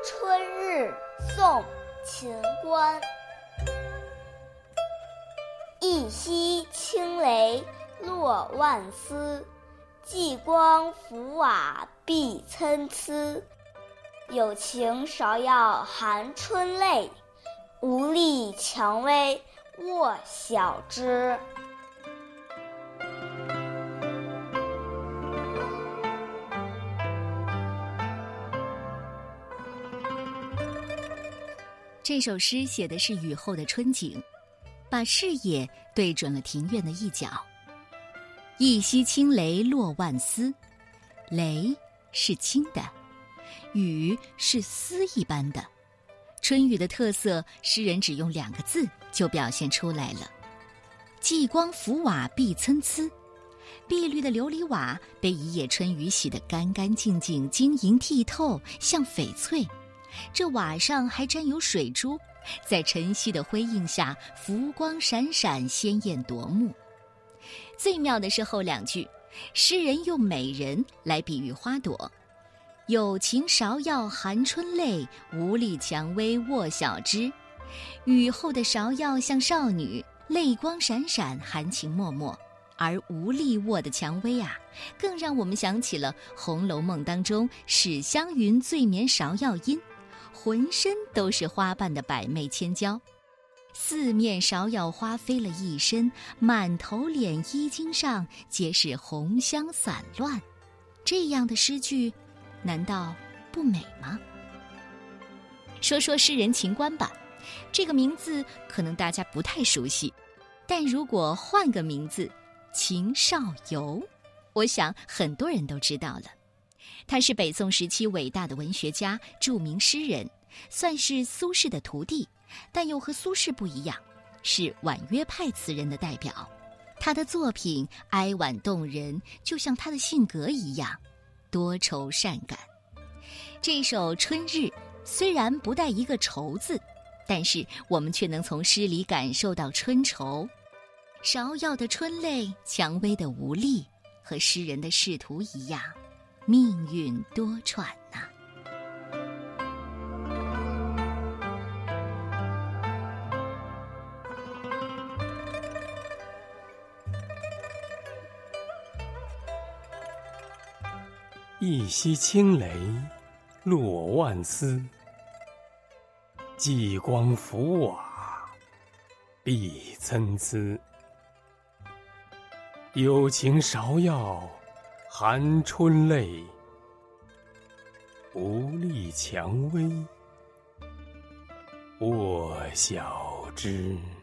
春日，宋·秦观。一夕清雷落万丝，霁光浮瓦碧参差。有情芍药含春泪，无力蔷薇卧晓枝。 这首诗写的是雨后的春景，把视野对准了庭院的一角。一夕清雷落万丝，雷是轻的，雨是丝一般的。春雨的特色，诗人只用2个字就表现出来了。霁光浮瓦碧参差，碧绿的琉璃瓦被一夜春雨洗得干干净净，晶莹剔透，像翡翠。这瓦上还沾有水珠，在晨曦的辉映下浮光闪闪，鲜艳夺目。最妙的是后2句，诗人用美人来比喻花朵。有情芍药含春泪，无力蔷薇卧晓枝。雨后的芍药像少女，泪光闪闪，含情脉脉。而无力卧的蔷薇啊，更让我们想起了《红楼梦》当中史湘云醉眠芍药阴，浑身都是花瓣的百媚千娇。四面芍药花飞了一身，满头脸衣襟上皆是红香散乱。这样的诗句难道不美吗？说说诗人秦观吧，这个名字可能大家不太熟悉，但如果换个名字，秦少游，我想很多人都知道了。他是北宋时期伟大的文学家、著名诗人，算是苏轼的徒弟，但又和苏轼不一样，是婉约派词人的代表。他的作品哀婉动人，就像他的性格一样，多愁善感。这首《春日》虽然不带一个愁字，但是我们却能从诗里感受到春愁。芍药的春泪，蔷薇的无力，和诗人的仕途一样，命运多舛呐。 一夕清雷落万丝，霁光浮瓦碧参差。有情芍药含春泪，无力蔷薇卧晓枝。